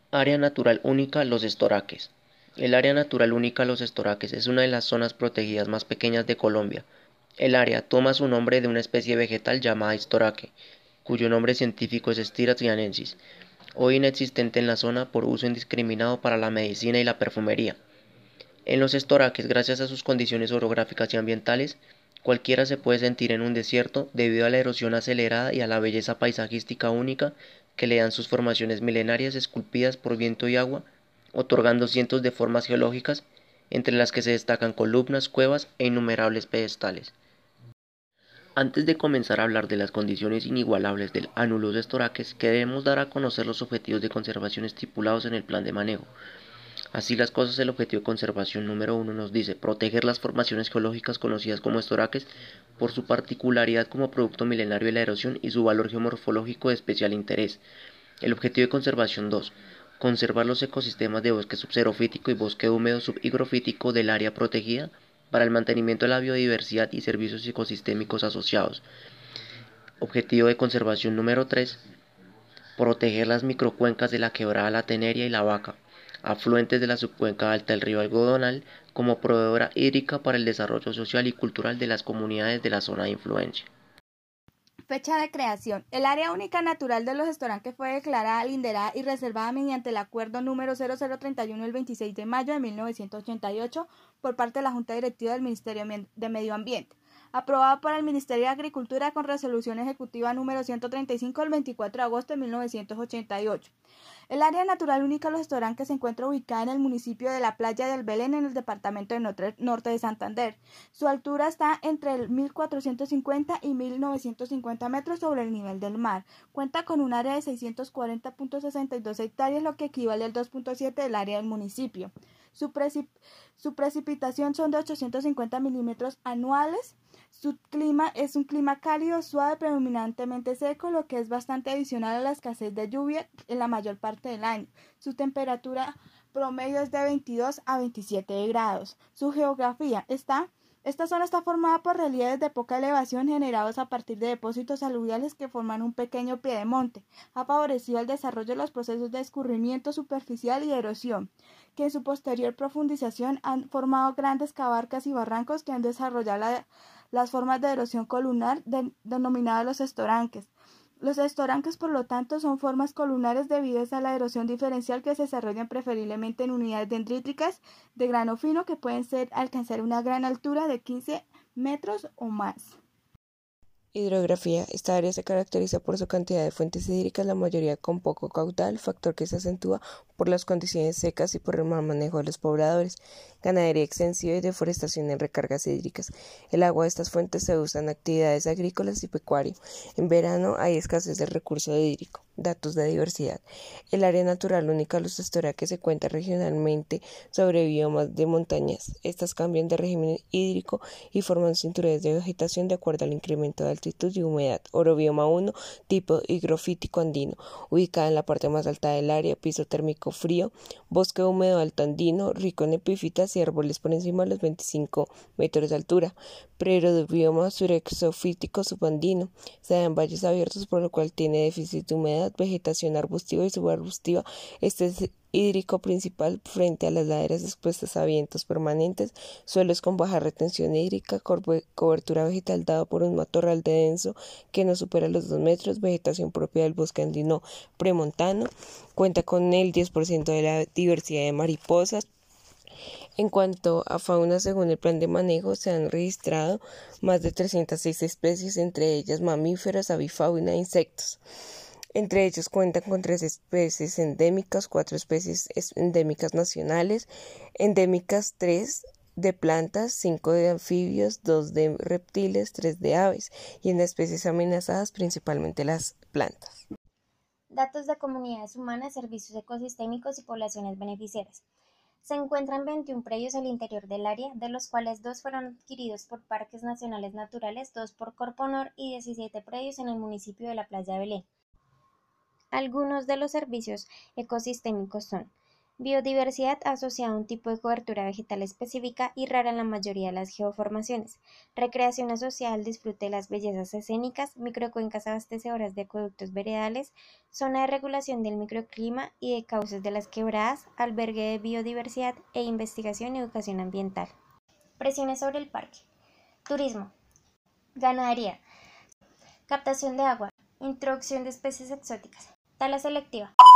Área natural única Los Estoraques. El área natural única Los Estoraques es una de las zonas protegidas más pequeñas de Colombia. El área toma su nombre de una especie vegetal llamada estoraque, cuyo nombre científico es Stira trianensis, hoy inexistente en la zona por uso indiscriminado para la medicina y la perfumería. En los estoraques, gracias a sus condiciones orográficas y ambientales, cualquiera se puede sentir en un desierto debido a la erosión acelerada y a la belleza paisajística única que le dan sus formaciones milenarias esculpidas por viento y agua, otorgando cientos de formas geológicas, entre las que se destacan columnas, cuevas e innumerables pedestales. Antes de comenzar a hablar de las condiciones inigualables del Anulus estoraques, queremos dar a conocer los objetivos de conservación estipulados en el plan de manejo. Así las cosas, el objetivo de conservación número 1 nos dice proteger las formaciones geológicas conocidas como estoraques por su particularidad como producto milenario de la erosión y su valor geomorfológico de especial interés. El objetivo de conservación 2, conservar los ecosistemas de bosque subxerofítico y bosque húmedo subhigrofítico del área protegida para el mantenimiento de la biodiversidad y servicios ecosistémicos asociados. Objetivo de conservación número 3, proteger las microcuencas de la quebrada La Teneria y La Vaca, afluentes de la subcuenca alta del río Algodonal, como proveedora hídrica para el desarrollo social y cultural de las comunidades de la zona de influencia. Fecha de creación. El área única natural de Los Estoraques fue declarada, linderada y reservada mediante el acuerdo número 0031 el 26 de mayo de 1988 por parte de la Junta Directiva del Ministerio de Medio Ambiente, aprobada por el Ministerio de Agricultura con resolución ejecutiva número 135 el 24 de agosto de 1988. El área natural única Los Estoraques se encuentra ubicada en el municipio de La Playa del Belén, en el departamento de Norte de Santander. Su altura está entre 1.450 y 1.950 metros sobre el nivel del mar. Cuenta con un área de 640.62 hectáreas, lo que equivale al 2.7 del área del municipio. Su precipitación son de 850 milímetros anuales. Su clima es un clima cálido, suave, predominantemente seco, lo que es bastante adicional a la escasez de lluvia en la mayor parte del año. Su temperatura promedio es de 22 a 27 grados. Su geografía esta zona está formada por relieves de poca elevación generados a partir de depósitos aluviales que forman un pequeño piedemonte. Ha favorecido el desarrollo de los procesos de escurrimiento superficial y erosión, que en su posterior profundización han formado grandes cabarcas y barrancos que han desarrollado las formas de erosión columnar denominadas los estoranques. Los estoranques, por lo tanto, son formas columnares debido a la erosión diferencial que se desarrollan preferiblemente en unidades dendríticas de grano fino que pueden alcanzar una gran altura de 15 metros o más. Hidrografía. Esta área se caracteriza por su cantidad de fuentes hídricas, la mayoría con poco caudal, factor que se acentúa por las condiciones secas y por el mal manejo de los pobladores, ganadería extensiva y deforestación en recargas hídricas. El agua de estas fuentes se usa en actividades agrícolas y pecuarias. En verano hay escasez del recurso hídrico. Datos de diversidad. El área natural única Los Estoraques se cuenta regionalmente sobre biomas de montañas. Estas cambian de régimen hídrico y forman cinturones de vegetación de acuerdo al incremento de altitud y humedad. Orobioma 1, tipo higrofítico andino, ubicada en la parte más alta del área, piso térmico frío, bosque húmedo alto andino, rico en epífitas y árboles por encima de los 25 metros de altura. Prerobioma surexofítico subandino, se da en valles abiertos por lo cual tiene déficit de humedad, vegetación arbustiva y subarbustiva. Este es hídrico principal frente a las laderas expuestas a vientos permanentes, suelos con baja retención hídrica, cobertura vegetal dada por un matorral de denso que no supera los 2 metros, vegetación propia del bosque andino premontano, cuenta con el 10% de la diversidad de mariposas. En cuanto a fauna, según el plan de manejo, se han registrado más de 306 especies, entre ellas mamíferos, avifauna e insectos. Entre ellos cuentan con 3 especies endémicas, 4 especies endémicas nacionales, endémicas 3 de plantas, 5 de anfibios, 2 de reptiles, 3 de aves y en especies amenazadas principalmente las plantas. Datos de comunidades humanas, servicios ecosistémicos y poblaciones beneficiarias. Se encuentran 21 predios al interior del área, de los cuales 2 fueron adquiridos por Parques Nacionales Naturales, 2 por Corponor y 17 predios en el municipio de La Playa de Belén. Algunos de los servicios ecosistémicos son Biodiversidad asociada a un tipo de cobertura vegetal específica y rara en la mayoría de las geoformaciones. Recreación asociada al disfrute de las bellezas escénicas, microcuencas abastecedoras de acueductos veredales, zona de regulación del microclima y de cauces de las quebradas, albergue de biodiversidad e investigación y educación ambiental. Presiones sobre el parque. Turismo. Ganadería. Captación de agua. Introducción de especies exóticas. Tala selectiva.